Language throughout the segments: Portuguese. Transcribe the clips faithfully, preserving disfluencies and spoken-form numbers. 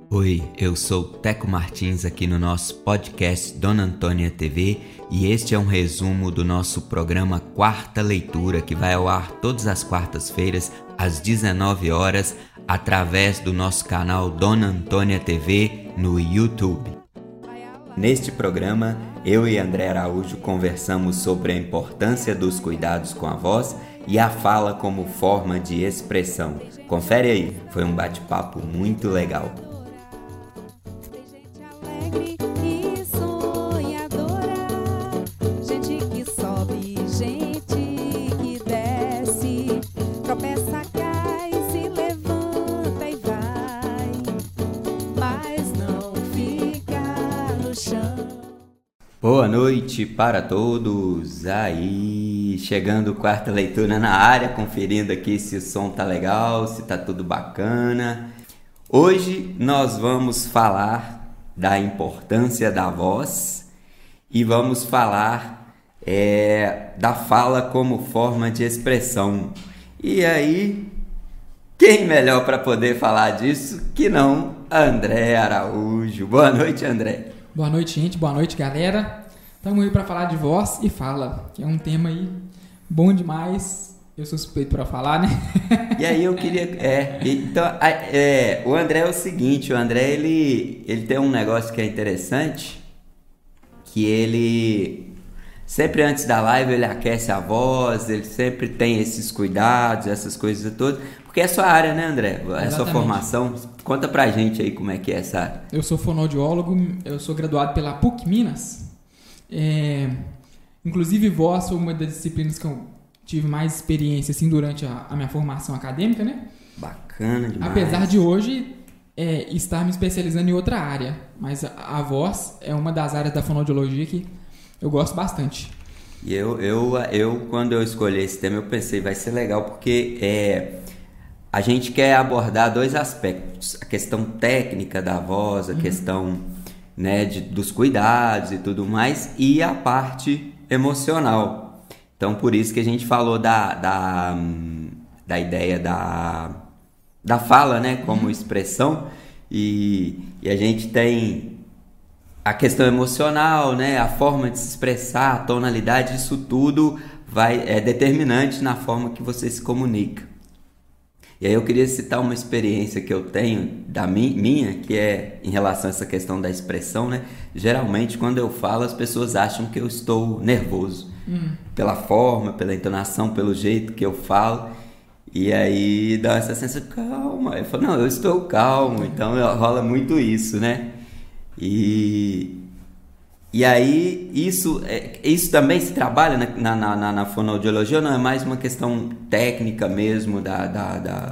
Oi, eu sou Teco Martins aqui no nosso podcast Dona Antônia T V e este é um resumo do nosso programa Quarta Leitura, que vai ao ar todas as quartas-feiras às dezenove horas através do nosso canal Dona Antônia T V no YouTube. Neste programa, eu e André Araújo conversamos sobre a importância dos cuidados com a voz e a fala como forma de expressão. Confere aí, foi um bate-papo muito legal. Boa noite para todos, aí chegando quarta leitura na área, conferindo aqui se o som tá legal, se tá tudo bacana. Hoje nós vamos falar da importância da voz e vamos falar é, da fala como forma de expressão. E aí, quem melhor para poder falar disso que não André Araújo? Boa noite, André. Boa noite, gente. Boa noite, galera. Estamos aí para falar de voz e fala, que é um tema aí bom demais. Eu sou suspeito para falar, né? E aí eu queria... É, então, é, o André é o seguinte, o André, ele, ele tem um negócio que é interessante, que ele... Sempre antes da live ele aquece a voz, ele sempre tem esses cuidados, essas coisas todas. Porque é sua área, né, André? É Exatamente. Sua formação. Conta pra gente aí como é que é essa área. Eu sou fonoaudiólogo, eu sou graduado pela P U C Minas. É, inclusive, voz foi uma das disciplinas que eu tive mais experiência assim, durante a, a minha formação acadêmica, né? Bacana demais. Apesar de hoje é, estar me especializando em outra área. Mas a, a voz é uma das áreas da fonoaudiologia que eu gosto bastante. E eu, eu, eu, quando eu escolhi esse tema, eu pensei, vai ser legal, porque é, a gente quer abordar dois aspectos. A questão técnica da voz, a uhum. questão, né, de, dos cuidados e tudo mais, e a parte emocional. Então, por isso que a gente falou da, da, da ideia da, da fala, né, como uhum. expressão, e, e a gente tem... A questão emocional, né, a forma de se expressar, a tonalidade, isso tudo vai, é determinante na forma que você se comunica. E aí eu queria citar uma experiência que eu tenho, da mi, minha, que é em relação a essa questão da expressão, né? Geralmente, quando eu falo, as pessoas acham que eu estou nervoso. Hum. Pela forma, pela entonação, pelo jeito que eu falo. E aí dá essa sensação, calma. Eu falo, não, eu estou calmo. Então rola muito isso, né? E, e aí, isso, isso também se trabalha na, na, na, na fonoaudiologia ou não? É mais uma questão técnica mesmo da... da, da,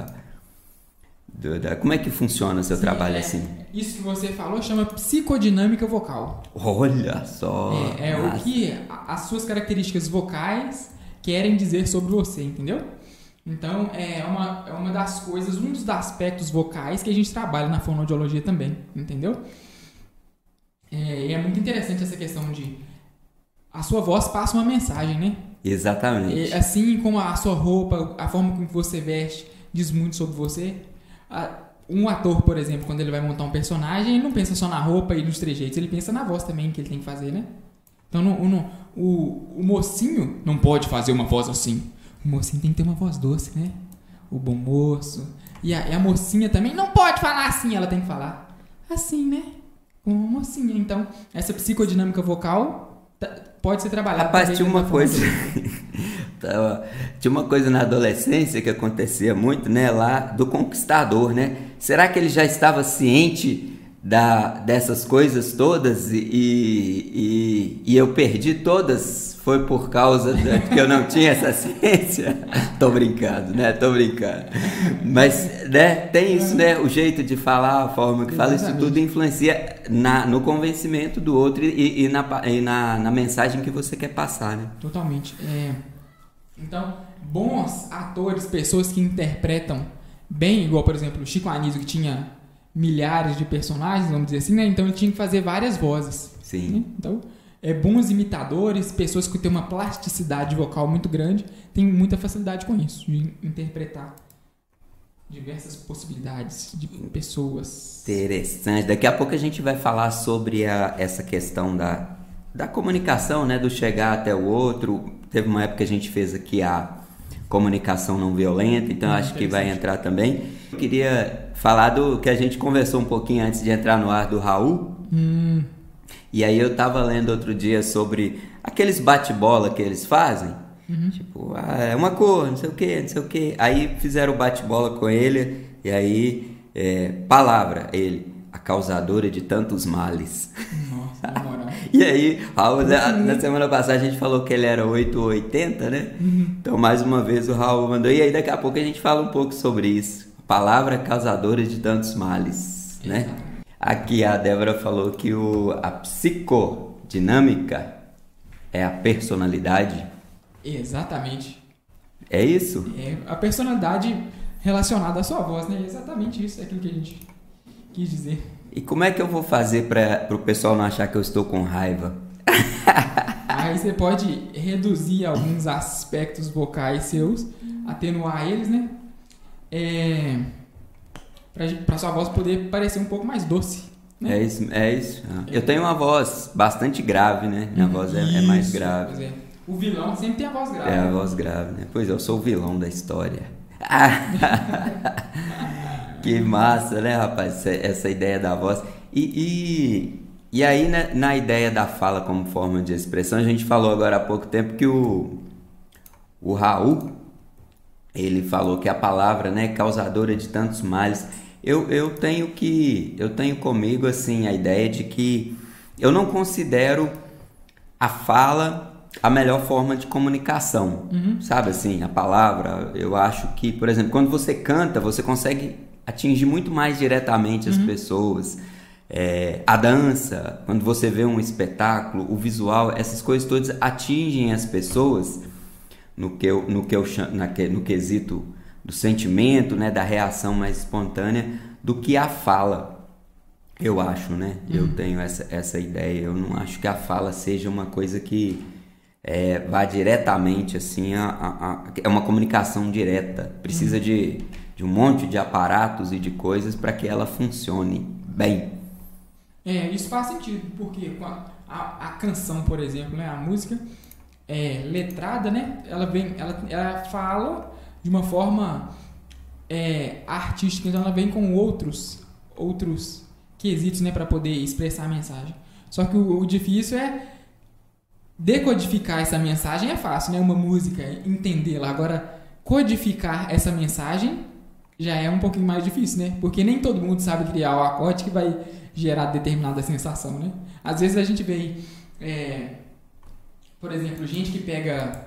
da, da como é que funciona o seu Sim, trabalho é, assim? Isso que você falou chama psicodinâmica vocal. Olha só! É, é o que as suas características vocais querem dizer sobre você, entendeu? Então, é uma, é uma das coisas, um dos aspectos vocais que a gente trabalha na fonoaudiologia também, entendeu? É, é muito interessante essa questão de a sua voz passa uma mensagem, né? Exatamente. É, assim como a sua roupa, a forma como você veste diz muito sobre você. Um ator, por exemplo, quando ele vai montar um personagem, ele não pensa só na roupa e nos trejeitos, ele pensa na voz também que ele tem que fazer, né? Então no, no, o, o mocinho não pode fazer uma voz assim. O mocinho tem que ter uma voz doce, né? O bom moço. E a, e a mocinha também não pode falar assim, ela tem que falar assim, né? Uma mocinha. Então, essa psicodinâmica vocal t- pode ser trabalhada. Rapaz, tinha uma coisa... tinha uma coisa na adolescência que acontecia muito, né? Lá do conquistador, né? Será que ele já estava ciente da, dessas coisas todas? E, e, e eu perdi todas? Foi por causa de que eu não tinha essa ciência? Tô brincando, né? Tô brincando. Mas, né? Tem isso, né? O jeito de falar, a forma que fala, isso tudo influencia na, no convencimento do outro e, e, na, e na, na mensagem que você quer passar, né? Totalmente. É... Então, bons atores, pessoas que interpretam bem, igual, por exemplo, o Chico Anísio, que tinha milhares de personagens, vamos dizer assim, né? Então ele tinha que fazer várias vozes. Sim. Né? Então... É, bons imitadores, pessoas que têm uma plasticidade vocal muito grande, têm muita facilidade com isso, de interpretar diversas possibilidades de pessoas. Interessante. Daqui a pouco a gente vai falar sobre a, essa questão da, da comunicação, né? Do chegar até o outro. Teve uma época que a gente fez aqui a comunicação não violenta, então acho que vai entrar também. Eu queria falar do que a gente conversou um pouquinho antes de entrar no ar do Raul. Hum. E aí eu tava lendo outro dia sobre aqueles bate-bola que eles fazem. Uhum. Tipo, ah, é uma cor, não sei o que, não sei o que. Aí fizeram bate-bola com ele, e aí, é, palavra, ele, a causadora de tantos males. Nossa, na moral. E aí, Raul, na, na semana passada a gente falou que ele era oito ou oitenta, né? Uhum. Então, mais uma vez, o Raul mandou. E aí, daqui a pouco a gente fala um pouco sobre isso. Palavra causadora de tantos males, né? Exato. Aqui a Débora falou que o, a psicodinâmica é a personalidade. Exatamente. É isso? É a personalidade relacionada à sua voz, né? Exatamente isso, é aquilo que a gente quis dizer. E como é que eu vou fazer para o pessoal não achar que eu estou com raiva? Aí você pode reduzir alguns aspectos vocais seus, atenuar eles, né? É... Para sua voz poder parecer um pouco mais doce. Né? É isso, é isso. Eu tenho uma voz bastante grave, né? Minha Uhum. voz é, é mais Isso, grave. pois é. O vilão sempre tem a voz grave. É a voz grave, né? Pois eu sou o vilão da história. Que massa, né, rapaz? Essa, essa ideia da voz. E, e, e aí, né, na ideia da fala como forma de expressão, a gente falou agora há pouco tempo que o, o Raul, ele falou que a palavra, né, é causadora de tantos males. Eu, eu tenho que, eu tenho comigo, assim, a ideia de que eu não considero a fala a melhor forma de comunicação, Uhum. sabe assim, a palavra. Eu acho que, por exemplo, quando você canta, você consegue atingir muito mais diretamente as Uhum. pessoas. É, a dança, quando você vê um espetáculo, o visual, essas coisas todas atingem as pessoas no que eu, no que eu chamo, na, no quesito do sentimento, né, da reação mais espontânea, do que a fala. Eu acho, né? Uhum. Eu tenho essa, essa ideia. Eu não acho que a fala seja uma coisa que é, vá diretamente, assim, a, a, a, é uma comunicação direta. Precisa uhum. de, de um monte de aparatos e de coisas para que ela funcione bem. É, isso faz sentido, porque a, a, a canção, por exemplo, né, a música é letrada, né? Ela vem, ela, ela fala de uma forma é, artística, então ela vem com outros, outros quesitos, né, para poder expressar a mensagem. Só que o, o difícil é decodificar essa mensagem. É fácil, né? Uma música, entendê-la. Agora, codificar essa mensagem já é um pouquinho mais difícil, né? Porque nem todo mundo sabe criar o acorde que vai gerar determinada sensação, né? Às vezes a gente vê, é, por exemplo, gente que pega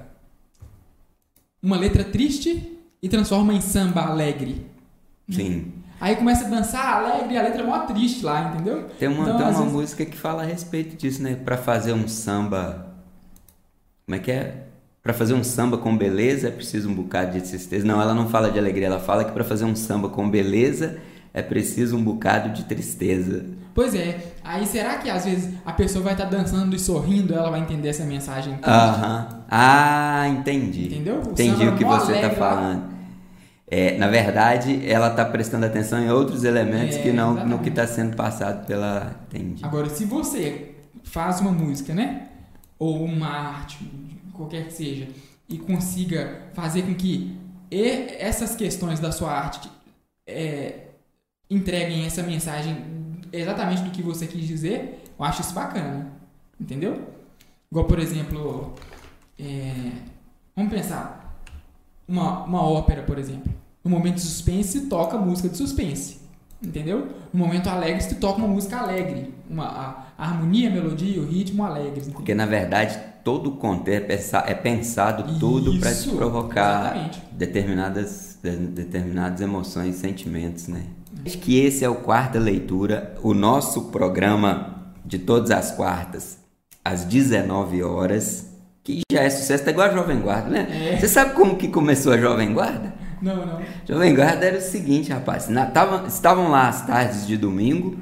uma letra triste e transforma em samba alegre. Sim. Aí começa a dançar alegre e a letra é mó triste lá, entendeu? Tem uma, então, tem uma vezes... música que fala a respeito disso, né? Pra fazer um samba... Como é que é? Pra fazer um samba com beleza é preciso um bocado de tristeza. Não, ela não fala de alegria, ela fala que pra fazer um samba com beleza é preciso um bocado de tristeza. Pois é. Aí será que às vezes a pessoa vai estar dançando e sorrindo, ela vai entender essa mensagem? Aham. Uh-huh. Ah, entendi. Entendeu? O entendi o que você está lá. falando. É, na verdade, ela está prestando atenção em outros elementos é, que não exatamente. No que está sendo passado pela... Entendi. Agora, se você faz uma música, né? Ou uma arte, qualquer que seja, e consiga fazer com que essas questões da sua arte é, entreguem essa mensagem exatamente do que você quis dizer, eu acho isso bacana. Entendeu? Igual, por exemplo, é, vamos pensar, uma, uma ópera, por exemplo. No momento de suspense, toca música de suspense. Entendeu? No momento alegre, se toca uma música alegre. Uma, a, a harmonia, a melodia, o ritmo alegres. Entendeu? Porque, na verdade, todo o contexto é pensado tudo para te provocar determinadas, determinadas emoções e sentimentos, né? Acho que esse é o Quarta Leitura, o nosso programa de todas as quartas, às dezenove horas, que já é sucesso, tá igual a Jovem Guarda, né? É. Você sabe como que começou a Jovem Guarda? Não, não. Jovem Guarda era o seguinte, rapaz, na, tava, estavam lá as tardes de domingo,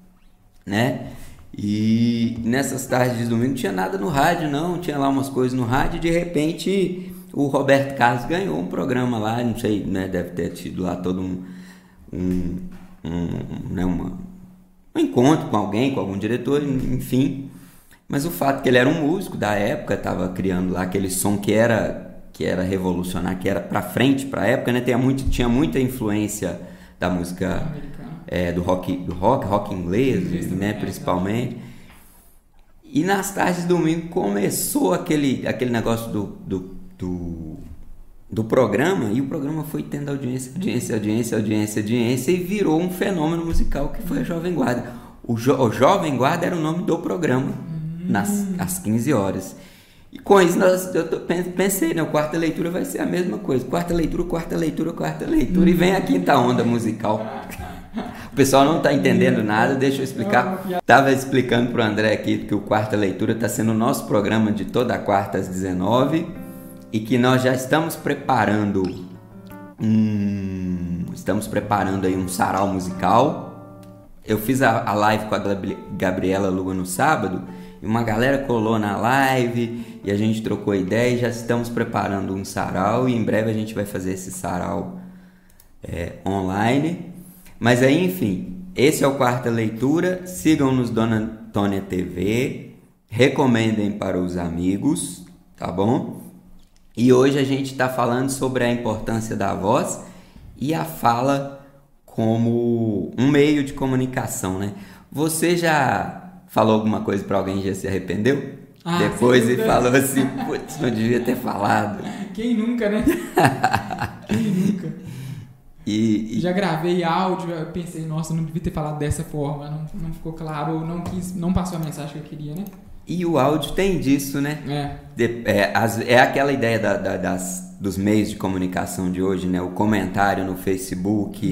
né? E nessas tardes de domingo não tinha nada no rádio, não, tinha lá umas coisas no rádio, e de repente o Roberto Carlos ganhou um programa lá, não sei, né, deve ter tido lá todo um, um, um, né, uma, um encontro com alguém, com algum diretor, enfim. Mas o fato que ele era um músico da época, estava criando lá aquele som que era, que era revolucionário, que era pra frente, pra época, né, tinha, muito, tinha muita influência da música, é, do rock, do rock, rock inglês, inglês né, principalmente. E nas tardes de domingo começou aquele, aquele negócio do, do, do, do programa, e o programa foi tendo audiência, audiência, audiência, audiência, audiência, e virou um fenômeno musical que foi a Jovem Guarda. O, jo, o Jovem Guarda era o nome do programa, hum. nas, às quinze horas. E com isso nós, eu tô, pensei, né, o Quarta Leitura vai ser a mesma coisa. Quarta leitura, quarta leitura, quarta leitura, hum. e vem a quinta onda musical. O pessoal não está entendendo nada, deixa eu explicar. Estava explicando para o André aqui que o Quarta Leitura está sendo o nosso programa de toda quarta às dezenove e que nós já estamos preparando um, estamos preparando aí um sarau musical. Eu fiz a, a live com a Gabriela Lua no sábado e uma galera colou na live e a gente trocou ideia e já estamos preparando um sarau e em breve a gente vai fazer esse sarau é, online. Mas aí, enfim, esse é o Quarta Leitura. Sigam-nos Dona Antônia T V, recomendem para os amigos, tá bom? E hoje a gente está falando sobre a importância da voz e a fala como um meio de comunicação, né? Você já falou alguma coisa para alguém e já se arrependeu? Ah, depois e falou assim, putz, não devia ter falado. Quem nunca, né? Quem nunca? E, e... Já gravei áudio, eu pensei, nossa, não devia ter falado dessa forma, não, não ficou claro, não, quis, não passou a mensagem que eu queria, né? E o áudio tem disso, né? É. De, é, as, é aquela ideia da, da, das, dos meios de comunicação de hoje, né? O comentário no Facebook,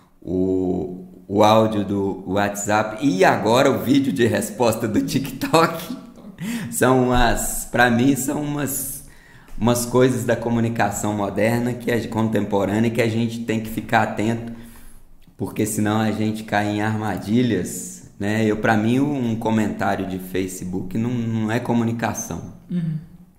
o, o áudio do WhatsApp e agora o vídeo de resposta do TikTok. São umas, pra mim, são umas... umas coisas da comunicação moderna, que é contemporânea, que a gente tem que ficar atento, porque senão a gente cai em armadilhas, né? Eu, para mim, um comentário de Facebook não, não é comunicação. Uhum.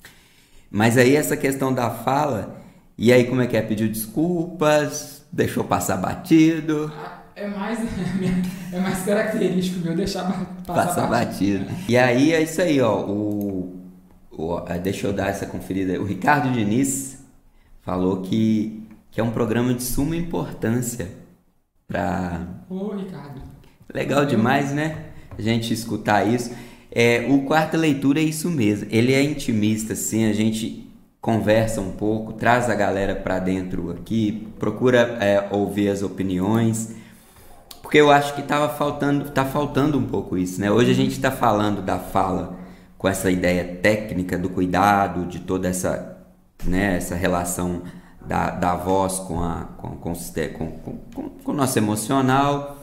Mas aí essa questão da fala, e aí como é que é? Pediu desculpas, deixou passar batido... É mais, é mais característico meu deixar passar, passar batido. batido. E aí é isso aí, ó, o... Deixa eu dar essa conferida. O Ricardo Diniz falou que, que é um programa de suma importância para... Ô, Ricardo. Legal demais, né? A gente escutar isso. É, o Quarta Leitura é isso mesmo. Ele é intimista, assim. A gente conversa um pouco, traz a galera para dentro aqui, procura é, ouvir as opiniões. Porque eu acho que tava faltando, tá faltando um pouco isso, né? Hoje a gente está falando da fala com essa ideia técnica do cuidado, de toda essa, né, essa relação da, da voz com, a, com, com, com, com, com o nosso emocional,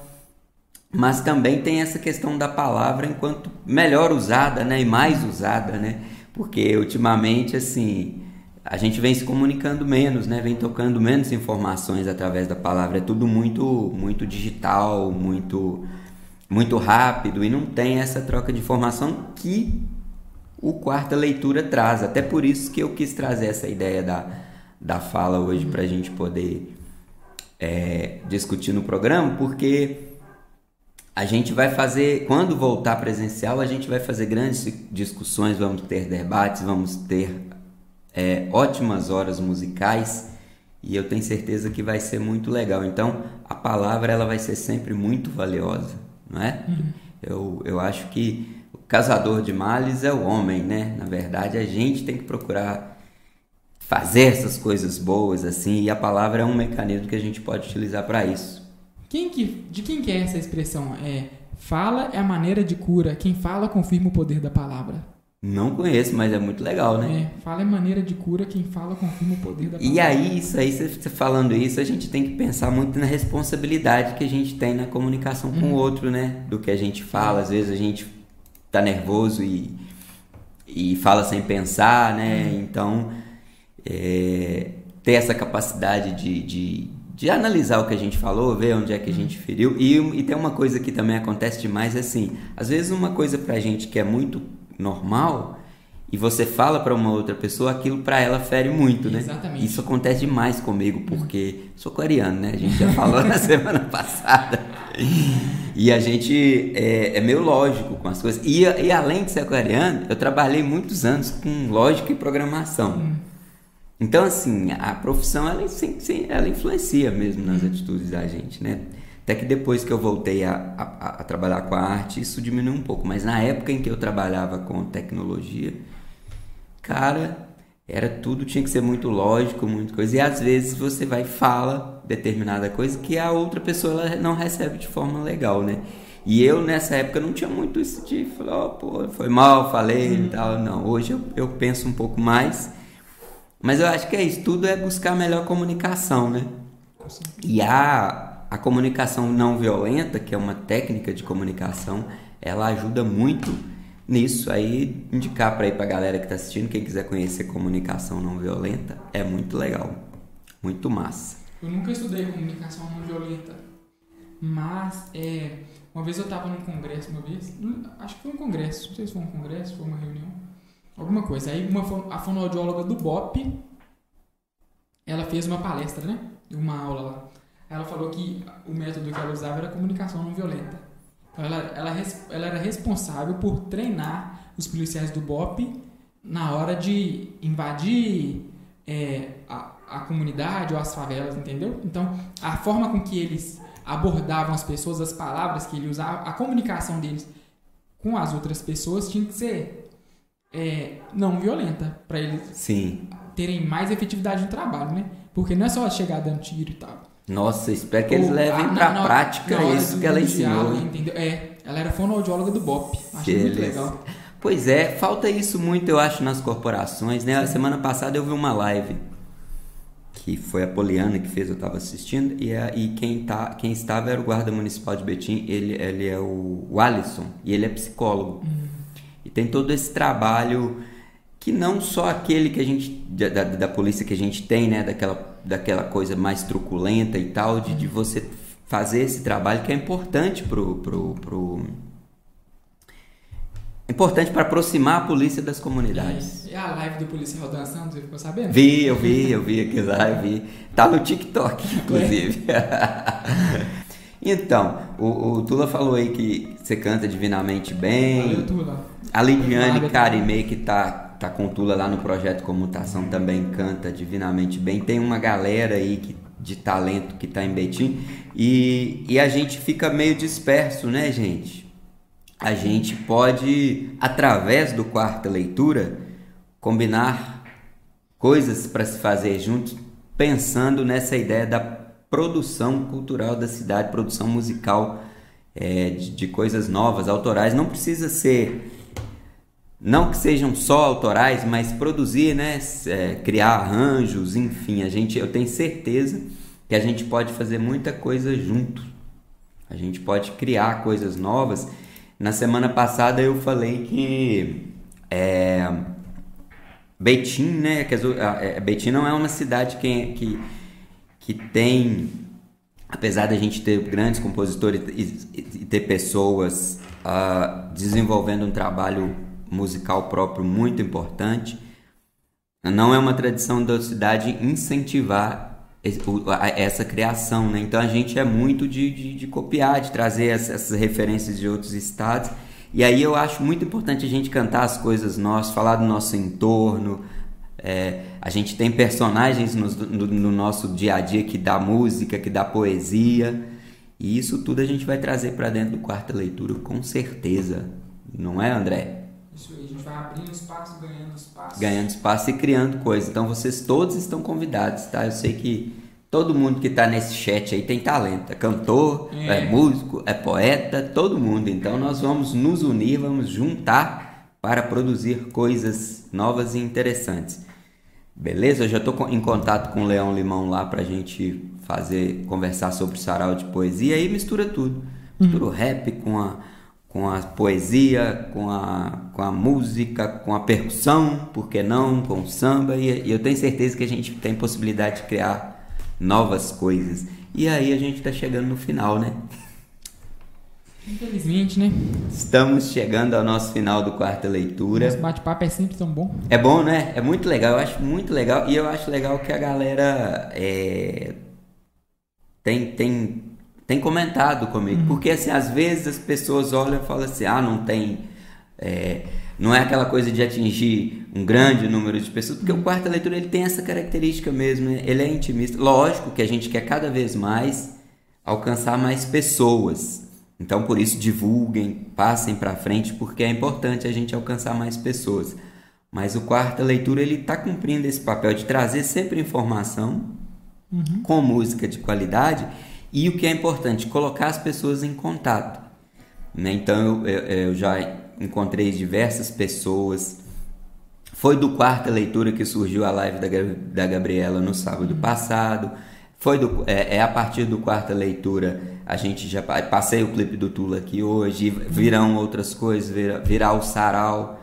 mas também tem essa questão da palavra enquanto melhor usada, né, e mais usada, né, porque ultimamente, assim, a gente vem se comunicando menos, né, vem tocando menos informações através da palavra, é tudo muito, muito digital, muito, muito rápido, e não tem essa troca de informação que o Quarta Leitura traz. Até por isso que eu quis trazer essa ideia da, da fala hoje para a gente poder é, discutir no programa, porque a gente vai fazer, quando voltar presencial, a gente vai fazer grandes discussões, vamos ter debates, vamos ter é, ótimas horas musicais e eu tenho certeza que vai ser muito legal. Então, a palavra ela vai ser sempre muito valiosa, não é? Uhum. Eu, eu acho que o caçador de males é o homem, né? Na verdade, a gente tem que procurar fazer essas coisas boas, assim, e a palavra é um mecanismo que a gente pode utilizar para isso. Quem que, de quem que é essa expressão? É, fala é a maneira de cura, quem fala confirma o poder da palavra. Não conheço, mas é muito legal, né? É, fala é maneira de cura, quem fala confirma o poder da palavra. E aí, isso aí, você falando isso, a gente tem que pensar muito na responsabilidade que a gente tem na comunicação com o outro, né? Do que a gente fala, às vezes a gente tá nervoso e, e fala sem pensar, né? Uhum. Então, é, ter essa capacidade de, de, de analisar o que a gente falou, ver onde é que a gente feriu. E, e tem uma coisa que também acontece demais, é assim, às vezes uma coisa pra gente que é muito normal, e você fala para uma outra pessoa, aquilo para ela fere muito, né? Exatamente. Isso acontece demais comigo, porque sou coreano, né? A gente já falou na semana passada. E a gente é, é meio lógico com as coisas. E, e além de ser coreano, eu trabalhei muitos anos com lógica e programação. Hum. Então, assim, a profissão, ela, sim, sim, ela influencia mesmo nas hum. atitudes da gente, né? Até que depois que eu voltei a, a, a trabalhar com a arte, isso diminuiu um pouco. Mas na época em que eu trabalhava com tecnologia, cara, era tudo, tinha que ser muito lógico, muito coisa. E às vezes você vai e fala determinada coisa que a outra pessoa ela não recebe de forma legal, né? E eu nessa época não tinha muito isso de falar, oh, pô, foi mal, falei e tal. Não, hoje eu, eu penso um pouco mais. Mas eu acho que é isso, tudo é buscar a melhor comunicação, né? E a... A comunicação não violenta, que é uma técnica de comunicação, ela ajuda muito nisso. Aí, indicar para ir para a galera que está assistindo, quem quiser conhecer comunicação não violenta, é muito legal, muito massa. Eu nunca estudei comunicação não violenta, mas é, uma vez eu estava num congresso, uma vez, acho que foi um congresso, não sei se foi um congresso, foi uma reunião, alguma coisa. Aí uma, a fonoaudióloga do B O P, ela fez uma palestra, né? Uma aula lá. Ela falou que o método que ela usava era comunicação não violenta. Então ela, ela, ela era responsável por treinar os policiais do B O P na hora de invadir é, a, a comunidade ou as favelas, entendeu? Então a forma com que eles abordavam as pessoas, as palavras que ele usava, a comunicação deles com as outras pessoas tinha que ser é, não violenta, para eles Sim. terem mais efetividade no trabalho, né? Porque não é só chegar dando tiro e tal. Nossa, espero que eles Ou, levem a, pra na, prática na isso que ela ensinou. Entendeu? É, ela era fonoaudióloga do B O P. Acho que muito legal. Pois é, falta isso muito, eu acho, nas corporações, né? A semana passada eu vi uma live que foi a Poliana que fez, eu estava assistindo, e, a, e quem, tá, quem estava era o guarda municipal de Betim, ele, ele é o, o Alisson, e ele é psicólogo. Uhum. E tem todo esse trabalho que não só aquele que a gente, da, da polícia que a gente tem, né? Daquela, daquela coisa mais truculenta e tal, de, de você fazer esse trabalho que é importante pro... pro, pro importante para aproximar a polícia das comunidades. É, é a live do policial dançando, você ficou sabendo? Vi, eu vi, eu vi aquilo lá, eu vi. Tá no TikTok, inclusive. É. Então, o, o Tula falou aí que você canta divinamente bem. Valeu, Tula. A Lidiane Carimei, que tá, tá com o Tula lá no Projeto Comutação, também canta divinamente bem. Tem uma galera aí que, de talento que tá em Betim. E, e a gente fica meio disperso, né, gente? A gente pode, através do Quarta Leitura, combinar coisas para se fazer juntos, pensando nessa ideia da produção cultural da cidade, produção musical, é, de, de coisas novas, autorais. Não precisa ser, não que sejam só autorais, mas produzir, né, é, criar arranjos, enfim. A gente, eu tenho certeza que a gente pode fazer muita coisa junto. A gente pode criar coisas novas. Na semana passada eu falei que é, Betim, né? Que é, Betim não é uma cidade que, que, que tem, apesar da gente ter grandes compositores e, e ter pessoas uh, desenvolvendo um trabalho musical próprio muito importante, não é uma tradição da cidade incentivar essa criação, né? Então a gente é muito de, de, de copiar, de trazer essas referências de outros estados, e aí eu acho muito importante a gente cantar as coisas nossas, falar do nosso entorno. É, a gente tem personagens no, no, no nosso dia a dia que dá música, que dá poesia, e isso tudo a gente vai trazer para dentro do Quarta Leitura com certeza, não é, André? Isso aí, a gente vai abrindo espaço, ganhando espaço. Ganhando espaço e criando coisas. Então vocês todos estão convidados, tá? Eu sei que todo mundo que está nesse chat aí tem talento. É cantor, é. é músico, é poeta, todo mundo. Então nós vamos nos unir, vamos juntar para produzir coisas novas e interessanante. Beleza? Eu já estou em contato com o Leão Limão lá para a gente fazer, conversar sobre o sarau de poesia. E aí mistura tudo. Mistura uhum. o rap com a... com a poesia, com a, com a música, com a percussão, por que não, com o samba, e, e eu tenho certeza que a gente tem possibilidade de criar novas coisas. E aí a gente está chegando no final, né? Infelizmente, né? Estamos chegando ao nosso final do Quarta Leitura. Esse bate-papo é sempre tão bom. É bom, né? É muito legal, eu acho muito legal. E eu acho legal que a galera é, tem, tem, tem comentado comigo. Uhum. Porque, assim, às vezes as pessoas olham e falam assim, ah, não tem... É, não é aquela coisa de atingir um grande número de pessoas, porque o Quarta Leitura ele tem essa característica mesmo, né? Ele é intimista. Lógico que a gente quer cada vez mais alcançar mais pessoas. Então, por isso, divulguem, passem para frente, porque é importante a gente alcançar mais pessoas. Mas o Quarta Leitura ele está cumprindo esse papel de trazer sempre informação, uhum, com música de qualidade e o que é importante, colocar as pessoas em contato. Né? Então, eu, eu, eu já encontrei diversas pessoas. Foi do Quarta Leitura que surgiu a live da, da Gabriela no sábado passado. Foi do, é, é a partir do Quarta Leitura a gente já passei o clipe do Tula aqui hoje. Virão outras coisas, virá, virá o sarau.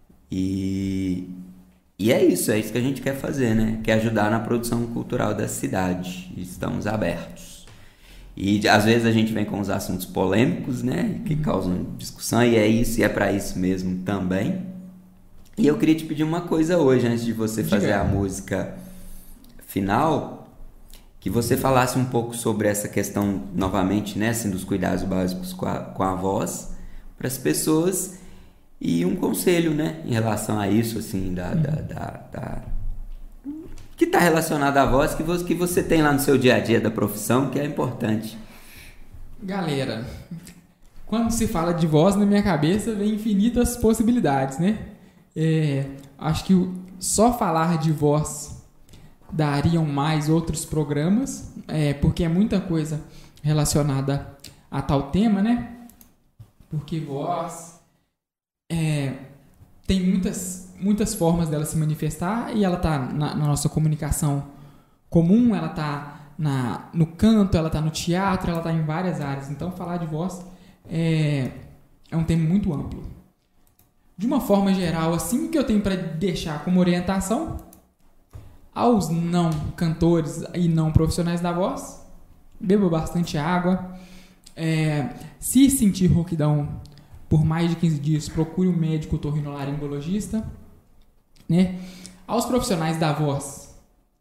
E, e é isso, é isso que a gente quer fazer, né? Quer ajudar na produção cultural da cidade. Estamos abertos. E às vezes a gente vem com os assuntos polêmicos, né? Que causam discussão, e é isso, e é para isso mesmo também. E eu queria te pedir uma coisa hoje, antes de você fazer Diga. a música final, que você falasse um pouco sobre essa questão, novamente, né? Assim, dos cuidados básicos com a, com a voz, para as pessoas, e um conselho, né? Em relação a isso, assim, da... da, da, da que está relacionado à voz, que você, que você tem lá no seu dia a dia da profissão, que é importante. Galera, quando se fala de voz, na minha cabeça vem infinitas possibilidades, né? É, acho que só falar de voz dariam mais outros programas, é, porque é muita coisa relacionada a tal tema, né? Porque voz é, tem muitas... muitas formas dela se manifestar, e ela está na, na nossa comunicação comum, ela está no canto, ela está no teatro, ela está em várias áreas. Então, falar de voz é, é um tema muito amplo. De uma forma geral, assim, o que eu tenho para deixar como orientação aos não cantores e não profissionais da voz: beba bastante água, é, se sentir rouquidão por mais de quinze dias, procure um médico otorrinolaringologista. Né? Aos profissionais da voz,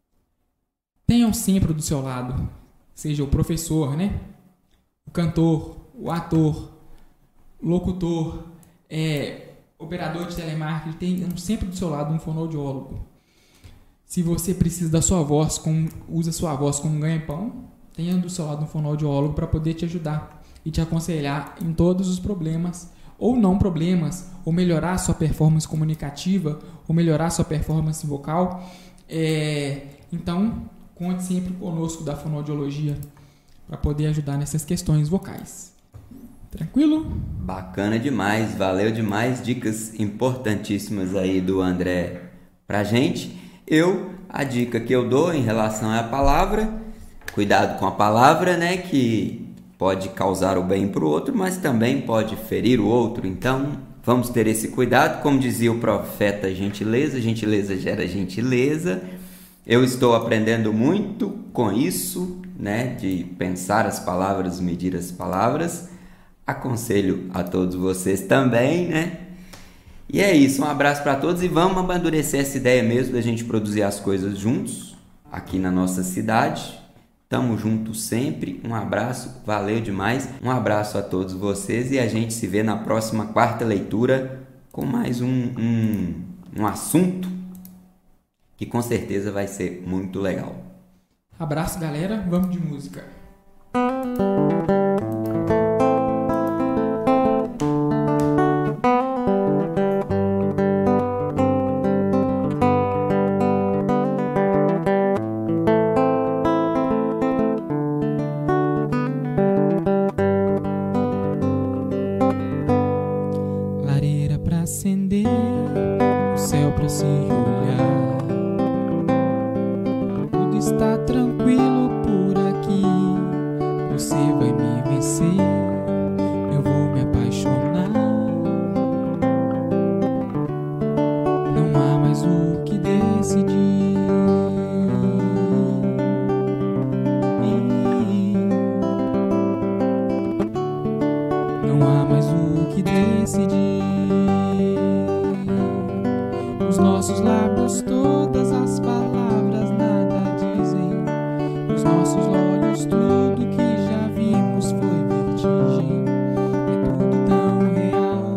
tenham sempre do seu lado, seja o professor, né? O cantor, o ator, o locutor, é, operador de telemarketing, tenham sempre do seu lado um fonoaudiólogo. Se você precisa da sua voz, com, usa sua voz como um ganha-pão, tenha do seu lado um fonoaudiólogo para poder te ajudar e te aconselhar em todos os problemas ou não problemas, ou melhorar a sua performance comunicativa, ou melhorar a sua performance vocal. É, então, conte sempre conosco da fonoaudiologia para poder ajudar nessas questões vocais. Tranquilo? Bacana demais, valeu demais, dicas importantíssimas aí do André pra gente. Eu, a dica que eu dou em relação à palavra, cuidado com a palavra, né, que pode causar o bem para o outro, mas também pode ferir o outro. Então, vamos ter esse cuidado. Como dizia o profeta, gentileza, gentileza gera gentileza. Eu estou aprendendo muito com isso, né? De pensar as palavras, medir as palavras. Aconselho a todos vocês também, né? E é isso, um abraço para todos e vamos amadurecer essa ideia mesmo da gente produzir as coisas juntos, aqui na nossa cidade. Tamo junto sempre, um abraço, valeu demais, um abraço a todos vocês e a gente se vê na próxima Quarta Leitura com mais um, um, um assunto que com certeza vai ser muito legal. Abraço, galera, vamos de música. Não não há mais o que decidir. Os nossos lábios, todas as palavras nada dizem. Os nossos olhos, tudo que já vimos foi vertigem. É tudo tão real,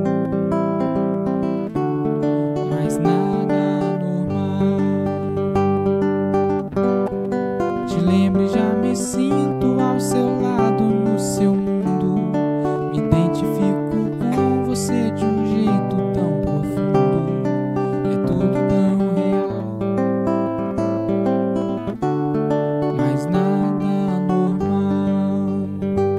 mas nada normal. Te lembro e já me sinto ao seu lado, no seu mundo. Me identifico com você de um jeito tão profundo. É tudo tão real, mas nada normal.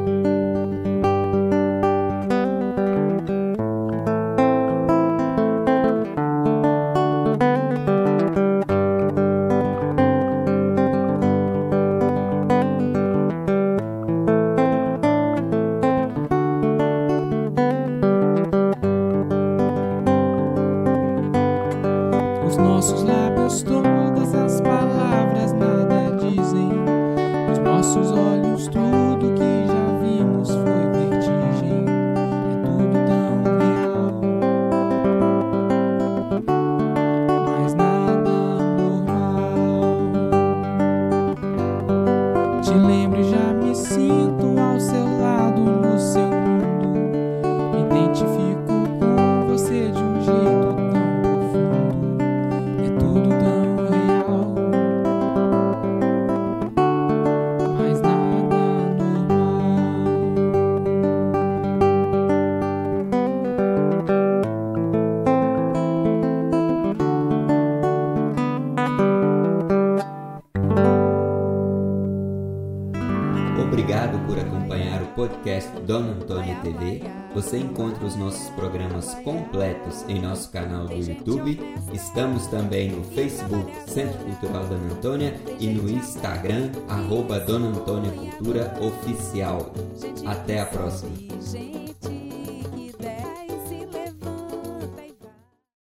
Os nossos lábios, todas as palavras nada dizem. Os nossos olhos, tudo que já vimos foi vertigem. É tudo tão real, mas nada normal. Te lembro e já me sinto ao seu lado, no seu mundo. Me identifico com você de um jeito tão profundo. É tudo tão real, mas nada normal. Obrigado por acompanhar o podcast Dona Antônia T V. Você encontra os nossos programas completos em nosso canal do YouTube. Estamos também no Facebook Centro Cultural Dona Antônia e no Instagram arroba Dona Antônia Cultura Oficial. Até a próxima.